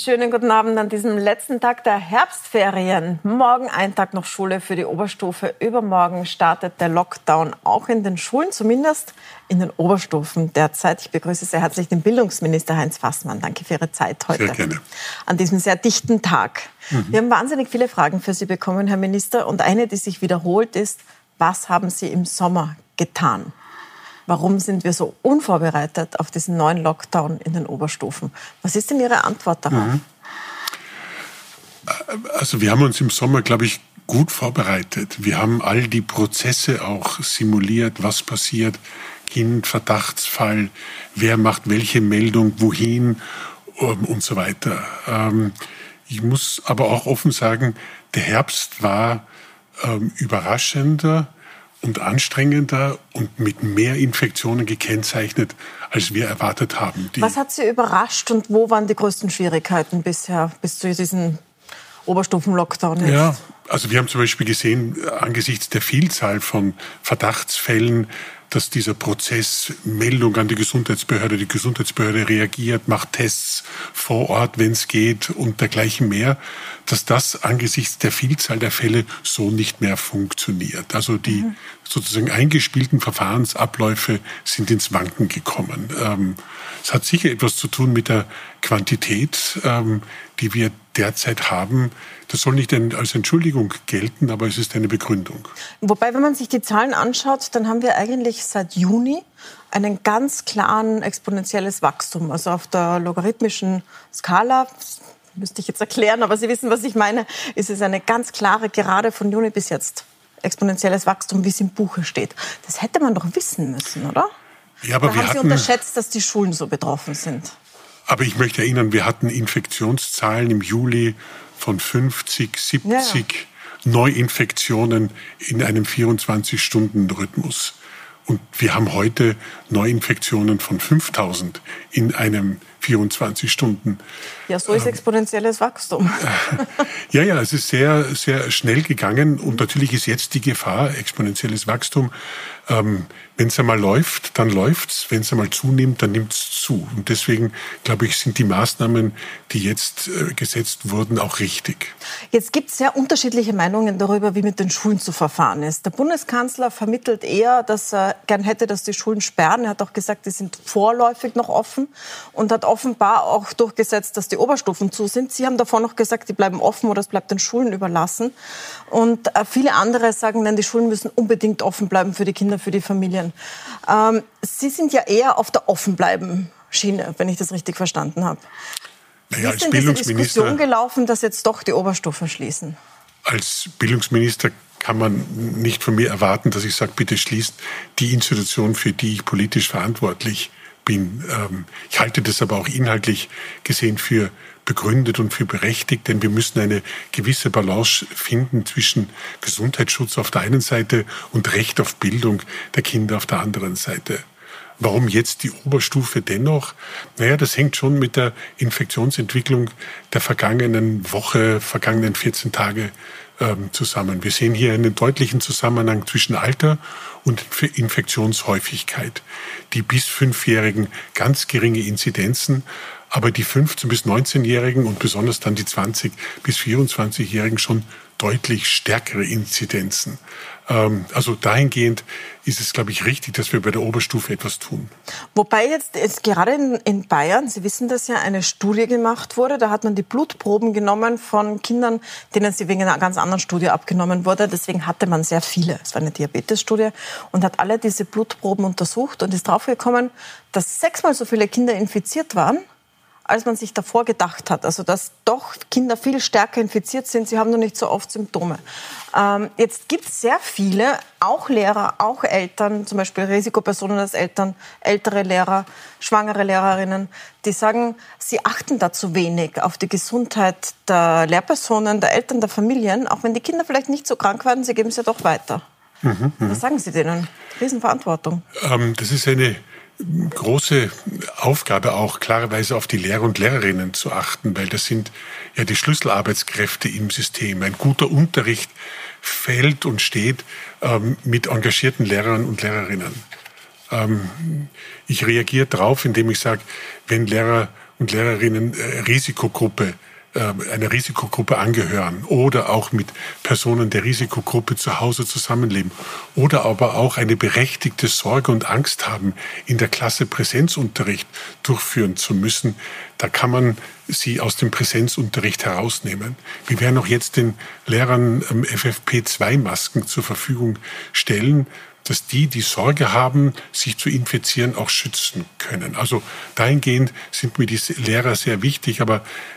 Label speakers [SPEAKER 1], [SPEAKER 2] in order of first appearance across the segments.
[SPEAKER 1] Schönen guten Abend an diesem letzten Tag der Herbstferien. Morgen ein Tag noch Schule für die Oberstufe. Übermorgen startet der Lockdown auch in den Schulen, zumindest in den Oberstufen derzeit. Ich begrüße sehr herzlich den Bildungsminister Heinz Fassmann. Danke für Ihre Zeit heute.
[SPEAKER 2] Sehr gerne.
[SPEAKER 1] An diesem sehr dichten Tag. Wir haben wahnsinnig viele Fragen für Sie bekommen, Herr Minister. Und eine, die sich wiederholt, ist, was haben Sie im Sommer getan? Warum sind wir so unvorbereitet auf diesen neuen Lockdown in den Oberstufen? Was ist denn Ihre Antwort darauf?
[SPEAKER 2] Also wir haben uns im Sommer, glaube ich, gut vorbereitet. Wir haben all die Prozesse auch simuliert, was passiert, Kind, Verdachtsfall, wer macht welche Meldung, wohin und so weiter. Ich muss aber auch offen sagen, der Herbst war überraschender und anstrengender und mit mehr Infektionen gekennzeichnet, als wir erwartet haben.
[SPEAKER 1] Was hat Sie überrascht und wo waren die größten Schwierigkeiten bisher, bis zu diesem Oberstufen-Lockdown jetzt?
[SPEAKER 2] Ja, also wir haben zum Beispiel gesehen, angesichts der Vielzahl von Verdachtsfällen, dass dieser Prozess Meldung an die Gesundheitsbehörde reagiert, macht Tests vor Ort, wenn es geht und dergleichen mehr, dass das angesichts der Vielzahl der Fälle so nicht mehr funktioniert. Also die sozusagen eingespielten Verfahrensabläufe sind ins Wanken gekommen. Es hat sicher etwas zu tun mit der Quantität, die wir derzeit haben. Das soll nicht als Entschuldigung gelten, aber es ist eine Begründung.
[SPEAKER 1] Wobei, wenn man sich die Zahlen anschaut, dann haben wir eigentlich seit Juni einen ganz klaren exponentielles Wachstum. Also auf der logarithmischen Skala, das müsste ich jetzt erklären, aber Sie wissen, was ich meine, ist es eine ganz klare, gerade von Juni bis jetzt, exponentielles Wachstum, wie es im Buche steht. Das hätte man doch wissen müssen, oder?
[SPEAKER 2] Ja, aber
[SPEAKER 1] haben Sie unterschätzt, dass die Schulen so betroffen sind?
[SPEAKER 2] Aber ich möchte erinnern, wir hatten Infektionszahlen im Juli von 50, 70 Neuinfektionen in einem 24-Stunden-Rhythmus. Und wir haben heute Neuinfektionen von 5000 in einem 24 Stunden.
[SPEAKER 1] Ja, so ist exponentielles Wachstum.
[SPEAKER 2] Ja, es ist sehr, sehr schnell gegangen. Und natürlich ist jetzt die Gefahr, exponentielles Wachstum. Wenn es einmal läuft, dann läuft's. Wenn es einmal zunimmt, dann nimmt's zu. Und deswegen, glaube ich, sind die Maßnahmen, die jetzt gesetzt wurden, auch richtig.
[SPEAKER 1] Jetzt gibt es sehr unterschiedliche Meinungen darüber, wie mit den Schulen zu verfahren ist. Der Bundeskanzler vermittelt eher, dass er gern hätte, dass die Schulen sperren. Er hat auch gesagt, die sind vorläufig noch offen und hat offenbar auch durchgesetzt, dass die Oberstufen zu sind. Sie haben davor noch gesagt, die bleiben offen oder es bleibt den Schulen überlassen. Und viele andere sagen, nein, die Schulen müssen unbedingt offen bleiben für die Kinder, für die Familien. Sie sind ja eher auf der Offenbleiben-Schiene, wenn ich das richtig verstanden habe.
[SPEAKER 2] Naja,
[SPEAKER 1] wie ist denn diese Diskussion gelaufen, dass jetzt doch die Oberstufen schließen?
[SPEAKER 2] Als Bildungsminister kann man nicht von mir erwarten, dass ich sage, bitte schließt die Institution, für die ich politisch verantwortlich bin. Ich halte das aber auch inhaltlich gesehen für begründet und für berechtigt, denn wir müssen eine gewisse Balance finden zwischen Gesundheitsschutz auf der einen Seite und Recht auf Bildung der Kinder auf der anderen Seite. Warum jetzt die Oberstufe dennoch? Naja, das hängt schon mit der Infektionsentwicklung der vergangenen Woche, vergangenen 14 Tage zusammen. Wir sehen hier einen deutlichen Zusammenhang zwischen Alter und Infektionshäufigkeit. Die bis 5-Jährigen ganz geringe Inzidenzen, aber die 15- bis 19-Jährigen und besonders dann die 20- bis 24-Jährigen schon deutlich stärkere Inzidenzen. Also dahingehend ist es, glaube ich, richtig, dass wir bei der Oberstufe etwas tun.
[SPEAKER 1] Wobei jetzt gerade in Bayern, Sie wissen das ja, eine Studie gemacht wurde. Da hat man die Blutproben genommen von Kindern, denen sie wegen einer ganz anderen Studie abgenommen wurde. Deswegen hatte man sehr viele. Es war eine Diabetesstudie und hat alle diese Blutproben untersucht und ist draufgekommen, dass 6-mal so viele Kinder infiziert waren, als man sich davor gedacht hat. Also dass doch Kinder viel stärker infiziert sind. Sie haben nur nicht so oft Symptome. Jetzt gibt es sehr viele, auch Lehrer, auch Eltern, zum Beispiel Risikopersonen als Eltern, ältere Lehrer, schwangere Lehrerinnen, die sagen, sie achten da zu wenig auf die Gesundheit der Lehrpersonen, der Eltern, der Familien. Auch wenn die Kinder vielleicht nicht so krank werden, sie geben es ja doch weiter. Was sagen Sie denen? Riesenverantwortung.
[SPEAKER 2] Das ist eine große Aufgabe auch, klarerweise auf die Lehrer und Lehrerinnen zu achten, weil das sind ja die Schlüsselarbeitskräfte im System. Ein guter Unterricht fällt und steht mit engagierten Lehrern und Lehrerinnen. Ich reagiere darauf, indem ich sage, wenn Lehrer und Lehrerinnen einer Risikogruppe angehören oder auch mit Personen der Risikogruppe zu Hause zusammenleben oder aber auch eine berechtigte Sorge und Angst haben, in der Klasse Präsenzunterricht durchführen zu müssen, da kann man sie aus dem Präsenzunterricht herausnehmen. Wir werden auch jetzt den Lehrern FFP2-Masken zur Verfügung stellen, dass die Sorge haben, sich zu infizieren, auch schützen können. Also dahingehend sind mir die Lehrer sehr wichtig, aber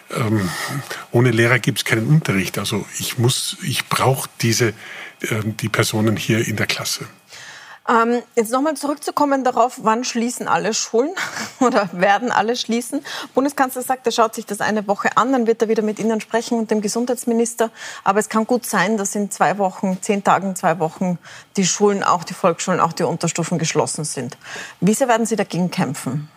[SPEAKER 2] ohne Lehrer gibt es keinen Unterricht. Also ich brauche die Personen hier in der Klasse.
[SPEAKER 1] Jetzt nochmal zurückzukommen darauf, wann schließen alle Schulen oder werden alle schließen? Der Bundeskanzler sagt, er schaut sich das eine Woche an, dann wird er wieder mit Ihnen sprechen und dem Gesundheitsminister. Aber es kann gut sein, dass in 2 Wochen, 10 Tagen, 2 Wochen die Schulen, auch die Volksschulen, auch die Unterstufen geschlossen sind. Wie sehr werden Sie dagegen kämpfen?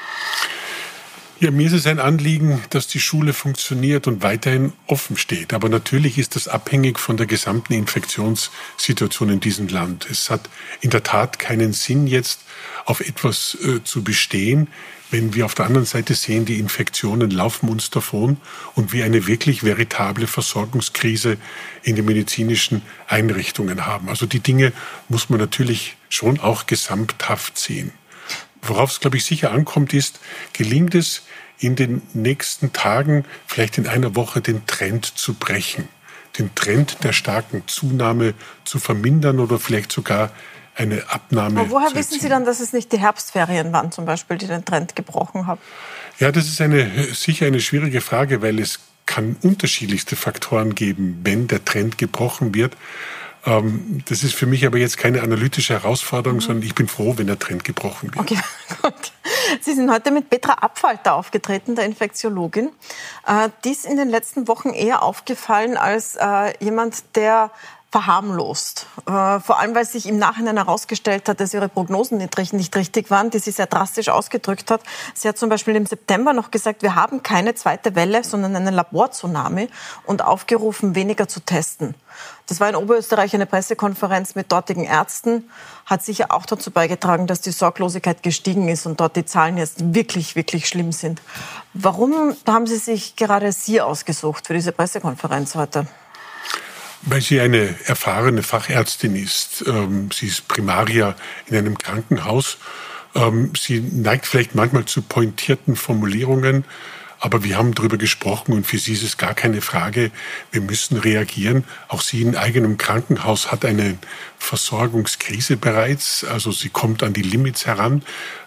[SPEAKER 2] Ja, mir ist es ein Anliegen, dass die Schule funktioniert und weiterhin offen steht. Aber natürlich ist das abhängig von der gesamten Infektionssituation in diesem Land. Es hat in der Tat keinen Sinn, jetzt auf etwas zu bestehen, wenn wir auf der anderen Seite sehen, die Infektionen laufen uns davon und wir eine wirklich veritable Versorgungskrise in den medizinischen Einrichtungen haben. Also die Dinge muss man natürlich schon auch gesamthaft sehen. Worauf es, glaube ich, sicher ankommt, ist, gelingt es in den nächsten Tagen, vielleicht in einer Woche, den Trend zu brechen, den Trend der starken Zunahme zu vermindern oder vielleicht sogar eine Abnahme.
[SPEAKER 1] Aber woher wissen Sie dann, dass es nicht die Herbstferien waren zum Beispiel, die den Trend gebrochen haben?
[SPEAKER 2] Ja, das ist sicher eine schwierige Frage, weil es kann unterschiedlichste Faktoren geben, wenn der Trend gebrochen wird. Das ist für mich aber jetzt keine analytische Herausforderung, sondern ich bin froh, wenn der Trend gebrochen wird.
[SPEAKER 1] Okay, gut. Sie sind heute mit Petra Abfalter aufgetreten, der Infektiologin. Die ist in den letzten Wochen eher aufgefallen als jemand, der verharmlost. Vor allem, weil sich im Nachhinein herausgestellt hat, dass ihre Prognosen nicht richtig waren, die sie sehr drastisch ausgedrückt hat. Sie hat zum Beispiel im September noch gesagt, wir haben keine zweite Welle, sondern eine Labortsunami und aufgerufen, weniger zu testen. Das war in Oberösterreich eine Pressekonferenz mit dortigen Ärzten, hat sicher auch dazu beigetragen, dass die Sorglosigkeit gestiegen ist und dort die Zahlen jetzt wirklich, wirklich schlimm sind. Warum haben Sie sich gerade Sie ausgesucht für diese Pressekonferenz heute?
[SPEAKER 2] Weil sie eine erfahrene Fachärztin ist. Sie ist Primaria in einem Krankenhaus. Sie neigt vielleicht manchmal zu pointierten Formulierungen, aber wir haben darüber gesprochen und für sie ist es gar keine Frage. Wir müssen reagieren. Auch sie in eigenem Krankenhaus hat eine Versorgungskrise bereits. Also sie kommt an die Limits heran.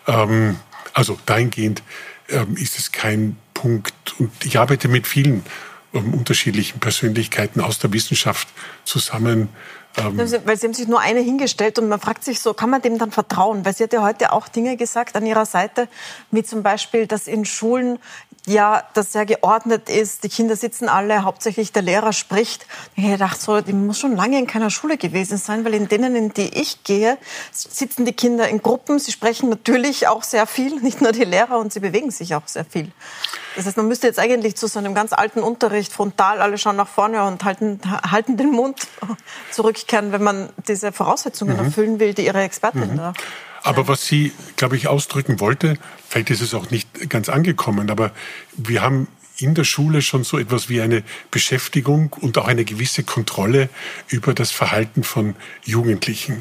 [SPEAKER 2] Also dahingehend ist es kein Punkt. Und ich arbeite mit vielen unterschiedlichen Persönlichkeiten aus der Wissenschaft zusammen.
[SPEAKER 1] Weil Sie haben sich nur eine hingestellt und man fragt sich so, kann man dem dann vertrauen? Weil sie hat ja heute auch Dinge gesagt an ihrer Seite, wie zum Beispiel, dass in Schulen ja das sehr geordnet ist, die Kinder sitzen alle, hauptsächlich der Lehrer spricht. Ich habe gedacht, so, die muss schon lange in keiner Schule gewesen sein, weil in denen, in die ich gehe, sitzen die Kinder in Gruppen, sie sprechen natürlich auch sehr viel, nicht nur die Lehrer, und sie bewegen sich auch sehr viel. Das heißt, man müsste jetzt eigentlich zu so einem ganz alten Unterricht frontal, alle schauen nach vorne und halten den Mund zurückkehren, wenn man diese Voraussetzungen erfüllen will, die Ihre Expertin da.
[SPEAKER 2] Aber was sie, glaube ich, ausdrücken wollte, vielleicht ist es auch nicht ganz angekommen, aber wir haben in der Schule schon so etwas wie eine Beschäftigung und auch eine gewisse Kontrolle über das Verhalten von Jugendlichen.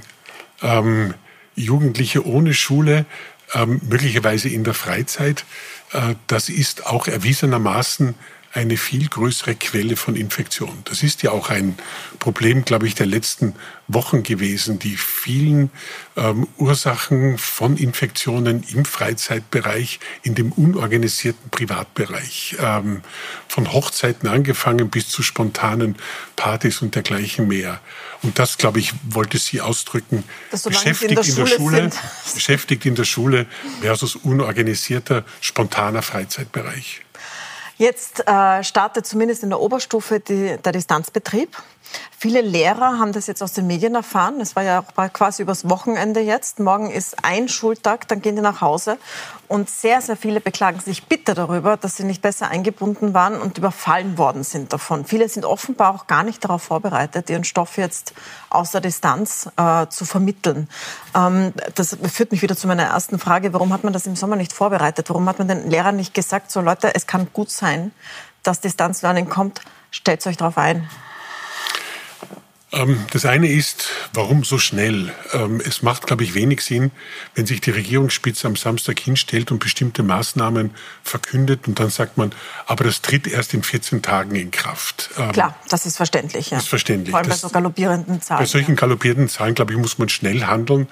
[SPEAKER 2] Jugendliche ohne Schule, möglicherweise in der Freizeit, das ist auch erwiesenermaßen eine viel größere Quelle von Infektion. Das ist ja auch ein Problem, glaube ich, der letzten Wochen gewesen. Die vielen Ursachen von Infektionen im Freizeitbereich, in dem unorganisierten Privatbereich. Von Hochzeiten angefangen bis zu spontanen Partys und dergleichen mehr. Und das, glaube ich, wollte sie ausdrücken. Beschäftigt in der Schule versus unorganisierter, spontaner Freizeitbereich.
[SPEAKER 1] Jetzt startet zumindest in der Oberstufe der Distanzbetrieb. Viele Lehrer haben das jetzt aus den Medien erfahren. Es war ja auch quasi übers Wochenende jetzt. Morgen ist ein Schultag, dann gehen die nach Hause. Und sehr, sehr viele beklagen sich bitter darüber, dass sie nicht besser eingebunden waren und überfallen worden sind davon. Viele sind offenbar auch gar nicht darauf vorbereitet, ihren Stoff jetzt aus der Distanz zu vermitteln. Das führt mich wieder zu meiner ersten Frage. Warum hat man das im Sommer nicht vorbereitet? Warum hat man den Lehrern nicht gesagt, so Leute, es kann gut sein, dass Distanzlernen kommt, stellt euch darauf ein?
[SPEAKER 2] Das eine ist, warum so schnell? Es macht, glaube ich, wenig Sinn, wenn sich die Regierungsspitze am Samstag hinstellt und bestimmte Maßnahmen verkündet und dann sagt man, aber das tritt erst in 14 Tagen in Kraft.
[SPEAKER 1] Klar, das ist verständlich. Ja.
[SPEAKER 2] Das ist verständlich.
[SPEAKER 1] Vor allem bei so galoppierenden Zahlen.
[SPEAKER 2] Bei solchen galoppierenden Zahlen, glaube ich, muss man schnell handeln.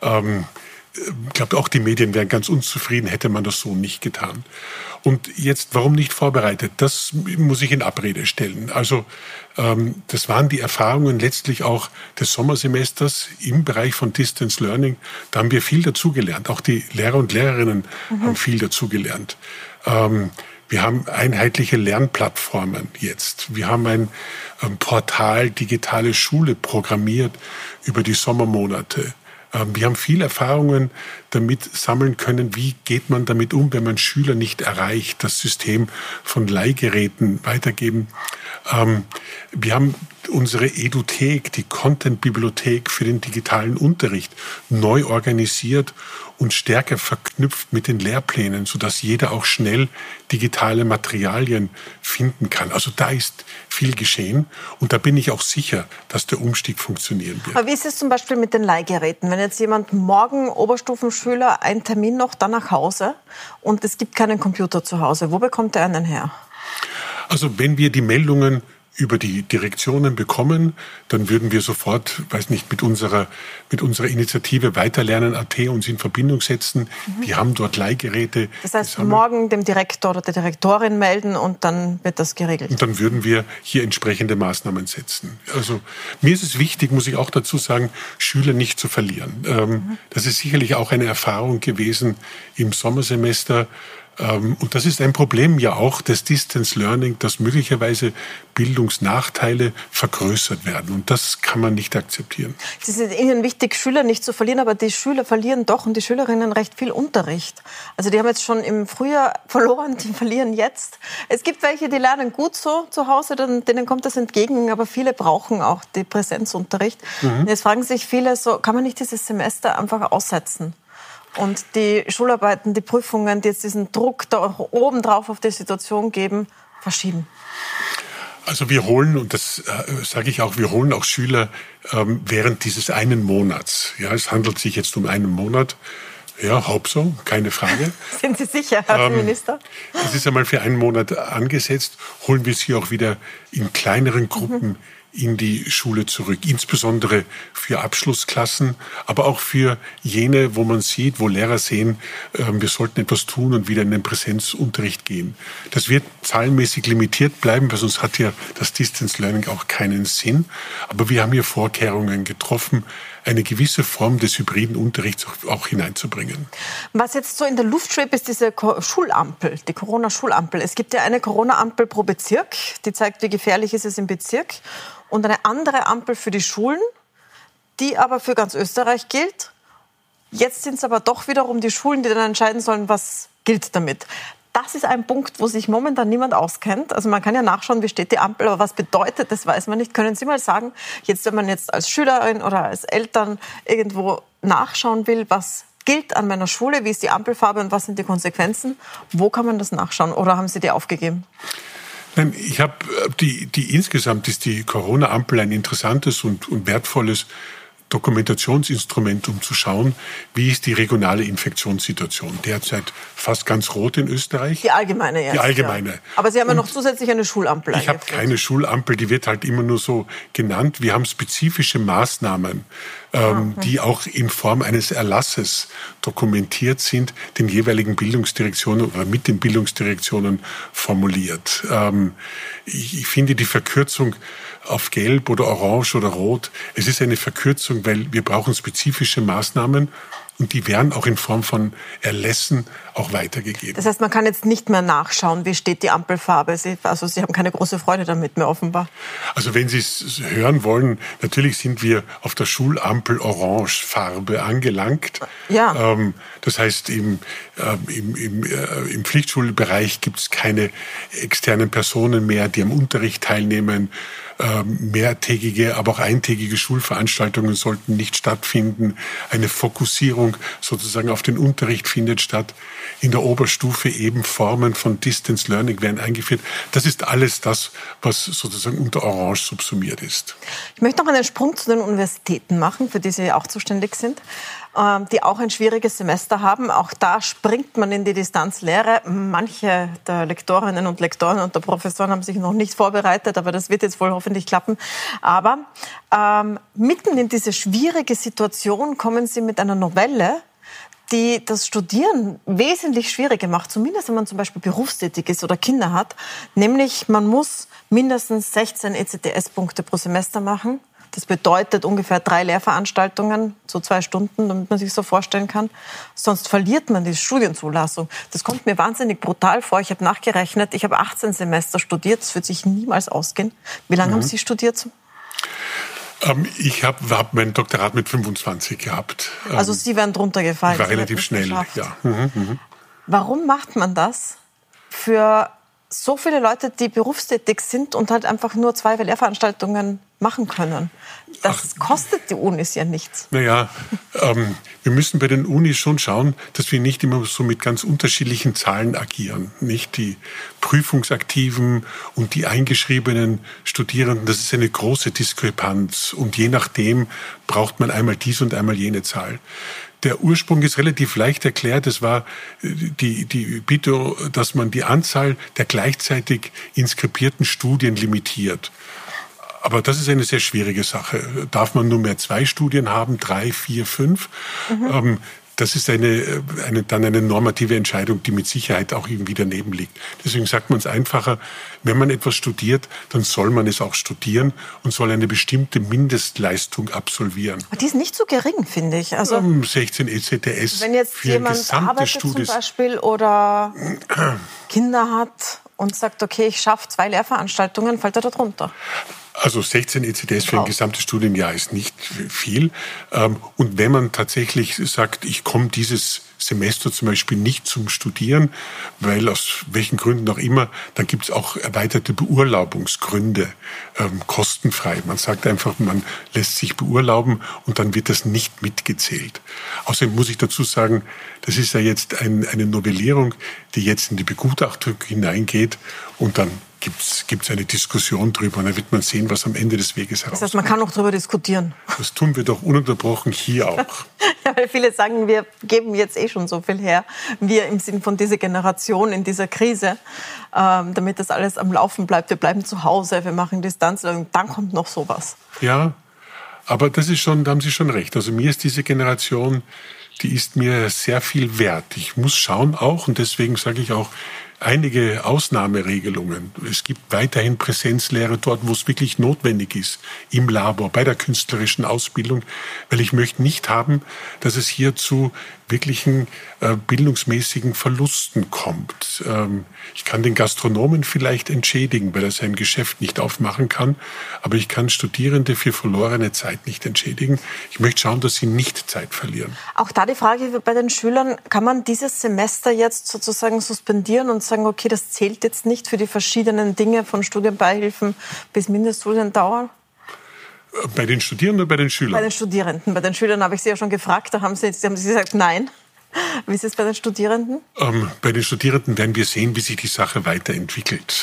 [SPEAKER 2] Ich glaube, auch die Medien wären ganz unzufrieden, hätte man das so nicht getan. Und jetzt, warum nicht vorbereitet? Das muss ich in Abrede stellen. Also das waren die Erfahrungen letztlich auch des Sommersemesters im Bereich von Distance Learning. Da haben wir viel dazugelernt. Auch die Lehrer und Lehrerinnen haben viel dazugelernt. Wir haben einheitliche Lernplattformen jetzt. Wir haben ein Portal Digitale Schule programmiert über die Sommermonate. Wir haben viele Erfahrungen damit sammeln können, wie geht man damit um, wenn man Schüler nicht erreicht, das System von Leihgeräten weitergeben. Wir haben unsere Eduthek, die Content-Bibliothek für den digitalen Unterricht, neu organisiert und stärker verknüpft mit den Lehrplänen, sodass jeder auch schnell digitale Materialien finden kann. Also da ist viel geschehen und da bin ich auch sicher, dass der Umstieg funktionieren wird.
[SPEAKER 1] Aber wie ist es zum Beispiel mit den Leihgeräten? Wenn jetzt jemand morgen Oberstufenschüler einen Termin noch, dann nach Hause und es gibt keinen Computer zu Hause, wo bekommt er einen her?
[SPEAKER 2] Also wenn wir die Meldungen über die Direktionen bekommen, dann würden wir sofort, mit unserer Initiative Weiterlernen.at uns in Verbindung setzen. Wir haben dort Leihgeräte.
[SPEAKER 1] Das heißt, morgen dem Direktor oder der Direktorin melden und dann wird das geregelt.
[SPEAKER 2] Und dann würden wir hier entsprechende Maßnahmen setzen. Also mir ist es wichtig, muss ich auch dazu sagen, Schüler nicht zu verlieren. Das ist sicherlich auch eine Erfahrung gewesen im Sommersemester. Und das ist ein Problem ja auch des Distance Learning, dass möglicherweise Bildungsnachteile vergrößert werden. Und das kann man nicht akzeptieren.
[SPEAKER 1] Es ist Ihnen wichtig, Schüler nicht zu verlieren, aber die Schüler verlieren doch und die Schülerinnen recht viel Unterricht. Also die haben jetzt schon im Frühjahr verloren, die verlieren jetzt. Es gibt welche, die lernen gut so zu Hause, denen kommt das entgegen, aber viele brauchen auch den Präsenzunterricht. Und jetzt fragen sich viele so, kann man nicht dieses Semester einfach aussetzen? Und die Schularbeiten, die Prüfungen, die jetzt diesen Druck da auch obendrauf auf die Situation geben, verschieben.
[SPEAKER 2] Also wir holen, und das sage ich auch, wir holen auch Schüler während dieses einen Monats. Ja, es handelt sich jetzt um einen Monat. Ja, so, keine Frage.
[SPEAKER 1] Sind Sie sicher, Herr Minister?
[SPEAKER 2] Es ist einmal für einen Monat angesetzt. Holen wir sie auch wieder in kleineren Gruppen in die Schule zurück, insbesondere für Abschlussklassen, aber auch für jene, wo man sieht, wo Lehrer sehen, wir sollten etwas tun und wieder in den Präsenzunterricht gehen. Das wird zahlenmäßig limitiert bleiben, weil sonst hat ja das Distance Learning auch keinen Sinn. Aber wir haben hier Vorkehrungen getroffen, eine gewisse Form des hybriden Unterrichts auch hineinzubringen.
[SPEAKER 1] Was jetzt so in der Luft schwebt, ist diese Schulampel, die Corona-Schulampel. Es gibt ja eine Corona-Ampel pro Bezirk, die zeigt, wie gefährlich ist es im Bezirk. Und eine andere Ampel für die Schulen, die aber für ganz Österreich gilt. Jetzt sind es aber doch wiederum die Schulen, die dann entscheiden sollen, was gilt damit. Das ist ein Punkt, wo sich momentan niemand auskennt. Also man kann ja nachschauen, wie steht die Ampel, aber was bedeutet, das weiß man nicht. Können Sie mal sagen, jetzt, wenn man jetzt als Schülerin oder als Eltern irgendwo nachschauen will, was gilt an meiner Schule, wie ist die Ampelfarbe und was sind die Konsequenzen, wo kann man das nachschauen oder haben Sie die aufgegeben?
[SPEAKER 2] Nein, ich habe insgesamt ist die Corona-Ampel ein interessantes und wertvolles Dokumentationsinstrument, um zu schauen, wie ist die regionale Infektionssituation. Derzeit fast ganz rot in Österreich.
[SPEAKER 1] Die allgemeine jetzt.
[SPEAKER 2] Die allgemeine.
[SPEAKER 1] Ja. Aber Sie haben ja noch zusätzlich eine Schulampel.
[SPEAKER 2] Ich habe keine Schulampel, die wird halt immer nur so genannt. Wir haben spezifische Maßnahmen, die auch in Form eines Erlasses dokumentiert sind, den jeweiligen Bildungsdirektionen oder mit den Bildungsdirektionen formuliert. Ich finde die Verkürzung auf Gelb oder Orange oder Rot, es ist eine Verkürzung, weil wir brauchen spezifische Maßnahmen und die werden auch in Form von Erlässen auch weitergegeben.
[SPEAKER 1] Das heißt, man kann jetzt nicht mehr nachschauen, wie steht die Ampelfarbe. Sie haben keine große Freude damit mehr offenbar.
[SPEAKER 2] Also wenn Sie es hören wollen, natürlich sind wir auf der Schulampel Orangefarbe angelangt.
[SPEAKER 1] Ja.
[SPEAKER 2] Das heißt, im Pflichtschulbereich gibt es keine externen Personen mehr, die am Unterricht teilnehmen. Mehrtägige, aber auch eintägige Schulveranstaltungen sollten nicht stattfinden. Eine Fokussierung sozusagen auf den Unterricht findet statt. In der Oberstufe eben Formen von Distance Learning werden eingeführt. Das ist alles das, was sozusagen unter Orange subsumiert ist.
[SPEAKER 1] Ich möchte noch einen Sprung zu den Universitäten machen, für die Sie auch zuständig sind, die auch ein schwieriges Semester haben. Auch da springt man in die Distanzlehre. Manche der Lektorinnen und Lektoren und der Professoren haben sich noch nicht vorbereitet, aber das wird jetzt wohl hoffentlich klappen. Aber mitten in diese schwierige Situation kommen Sie mit einer Novelle, die das Studieren wesentlich schwieriger macht, zumindest wenn man zum Beispiel berufstätig ist oder Kinder hat. Nämlich, man muss mindestens 16 ECTS-Punkte pro Semester machen. Das bedeutet ungefähr 3 Lehrveranstaltungen, so 2 Stunden, damit man sich so vorstellen kann. Sonst verliert man die Studienzulassung. Das kommt mir wahnsinnig brutal vor. Ich habe nachgerechnet, ich habe 18 Semester studiert. Das wird sich niemals ausgehen. Wie lange haben Sie studiert?
[SPEAKER 2] Ich hab mein Doktorat mit 25 gehabt.
[SPEAKER 1] Also Sie wären drunter gefallen.
[SPEAKER 2] Ich war relativ schnell, ja.
[SPEAKER 1] Warum macht man das für so viele Leute, die berufstätig sind und halt einfach nur 2 Lehrveranstaltungen machen können? Das kostet die Unis ja nichts.
[SPEAKER 2] Naja, wir müssen bei den Unis schon schauen, dass wir nicht immer so mit ganz unterschiedlichen Zahlen agieren. Nicht die Prüfungsaktiven und die eingeschriebenen Studierenden, das ist eine große Diskrepanz. Und je nachdem braucht man einmal dies und einmal jene Zahl. Der Ursprung ist relativ leicht erklärt. Es war die Bitte, dass man die Anzahl der gleichzeitig inskribierten Studien limitiert. Aber das ist eine sehr schwierige Sache. Darf man nur mehr 2 Studien haben, 3, 4, 5? Das ist dann eine normative Entscheidung, die mit Sicherheit auch irgendwie daneben liegt. Deswegen sagt man es einfacher, wenn man etwas studiert, dann soll man es auch studieren und soll eine bestimmte Mindestleistung absolvieren.
[SPEAKER 1] Aber die ist nicht so gering, finde ich. Also
[SPEAKER 2] 16 ECTS.
[SPEAKER 1] Wenn jetzt jemand arbeitet zum Beispiel oder Kinder hat und sagt, okay, ich schaffe 2 Lehrveranstaltungen, fällt er da drunter?
[SPEAKER 2] Also 16 ECTS für ein gesamtes Studienjahr ist nicht viel. Und wenn man tatsächlich sagt, ich komme dieses Semester zum Beispiel nicht zum Studieren, weil aus welchen Gründen auch immer, dann gibt es auch erweiterte Beurlaubungsgründe, kostenfrei. Man sagt einfach, man lässt sich beurlauben und dann wird das nicht mitgezählt. Außerdem muss ich dazu sagen, das ist ja jetzt eine Novellierung, die jetzt in die Begutachtung hineingeht und dann gibt's eine Diskussion drüber und dann wird man sehen, was am Ende des Weges herauskommt.
[SPEAKER 1] Das heißt, man kann auch drüber diskutieren.
[SPEAKER 2] Das tun wir doch ununterbrochen hier auch.
[SPEAKER 1] Ja, weil viele sagen, wir geben jetzt schon so viel her, wir im Sinn von dieser Generation in dieser Krise, damit das alles am Laufen bleibt. Wir bleiben zu Hause, wir machen Distanz und dann kommt noch sowas.
[SPEAKER 2] Ja, aber das ist schon, da haben Sie schon recht. Also mir ist diese Generation, die ist mir sehr viel wert. Ich muss schauen auch und deswegen sage ich auch, einige Ausnahmeregelungen. Es gibt weiterhin Präsenzlehre dort, wo es wirklich notwendig ist, im Labor, bei der künstlerischen Ausbildung, weil ich möchte nicht haben, dass es hier zu wirklichen bildungsmäßigen Verlusten kommt. Ich kann den Gastronomen vielleicht entschädigen, weil er sein Geschäft nicht aufmachen kann, aber ich kann Studierende für verlorene Zeit nicht entschädigen. Ich möchte schauen, dass sie nicht Zeit verlieren.
[SPEAKER 1] Auch da die Frage bei den Schülern, kann man dieses Semester jetzt sozusagen suspendieren und sagen, okay, das zählt jetzt nicht für die verschiedenen Dinge von Studienbeihilfen bis Mindeststudiendauer?
[SPEAKER 2] Bei den Studierenden oder bei den Schülern?
[SPEAKER 1] Bei den Studierenden. Bei den Schülern habe ich Sie ja schon gefragt, da haben Sie gesagt, nein. Wie ist es bei den Studierenden?
[SPEAKER 2] Bei den Studierenden werden wir sehen, wie sich die Sache weiterentwickelt.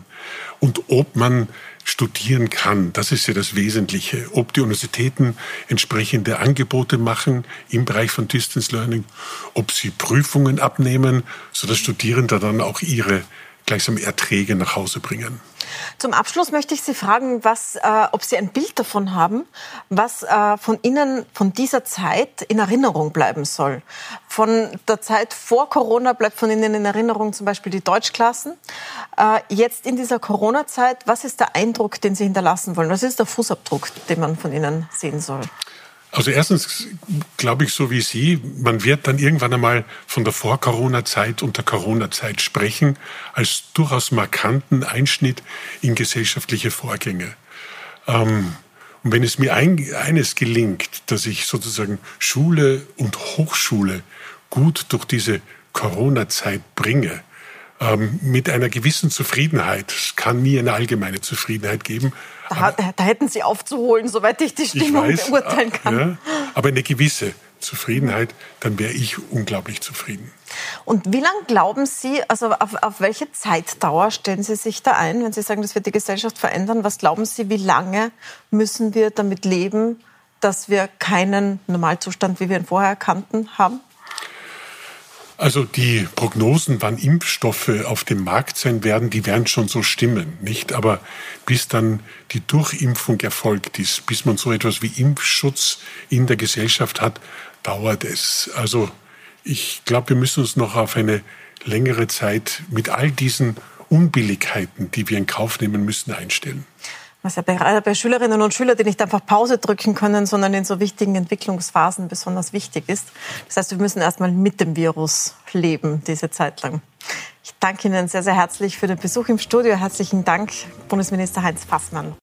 [SPEAKER 2] Und ob man studieren kann, das ist ja das Wesentliche. Ob die Universitäten entsprechende Angebote machen im Bereich von Distance Learning, ob sie Prüfungen abnehmen, sodass Studierende dann auch ihre gleichsam Erträge nach Hause bringen.
[SPEAKER 1] Zum Abschluss möchte ich Sie fragen, ob Sie ein Bild davon haben, was von Ihnen von dieser Zeit in Erinnerung bleiben soll. Von der Zeit vor Corona bleibt von Ihnen in Erinnerung zum Beispiel die Deutschklassen. Jetzt in dieser Corona-Zeit, was ist der Eindruck, den Sie hinterlassen wollen? Was ist der Fußabdruck, den man von Ihnen sehen soll?
[SPEAKER 2] Also erstens glaube ich, so wie Sie, man wird dann irgendwann einmal von der Vor-Corona-Zeit und der Corona-Zeit sprechen, als durchaus markanten Einschnitt in gesellschaftliche Vorgänge. Und wenn es mir eines gelingt, dass ich sozusagen Schule und Hochschule gut durch diese Corona-Zeit bringe, mit einer gewissen Zufriedenheit, es kann nie eine allgemeine Zufriedenheit geben.
[SPEAKER 1] Da hätten Sie aufzuholen, soweit ich die Stimmung beurteilen kann.
[SPEAKER 2] Ja, aber eine gewisse Zufriedenheit, dann wäre ich unglaublich zufrieden.
[SPEAKER 1] Und wie lange glauben Sie, also auf welche Zeitdauer stellen Sie sich da ein, wenn Sie sagen, das wird die Gesellschaft verändern? Was glauben Sie, wie lange müssen wir damit leben, dass wir keinen Normalzustand, wie wir ihn vorher kannten, haben?
[SPEAKER 2] Also die Prognosen, wann Impfstoffe auf dem Markt sein werden, die werden schon so stimmen, nicht? Aber bis dann die Durchimpfung erfolgt ist, bis man so etwas wie Impfschutz in der Gesellschaft hat, dauert es. Also ich glaube, wir müssen uns noch auf eine längere Zeit mit all diesen Unbilligkeiten, die wir in Kauf nehmen müssen, einstellen.
[SPEAKER 1] Was ja bei Schülerinnen und Schülern, die nicht einfach Pause drücken können, sondern in so wichtigen Entwicklungsphasen besonders wichtig ist. Das heißt, wir müssen erstmal mit dem Virus leben, diese Zeit lang. Ich danke Ihnen sehr, sehr herzlich für den Besuch im Studio. Herzlichen Dank, Bundesminister Heinz Fassmann.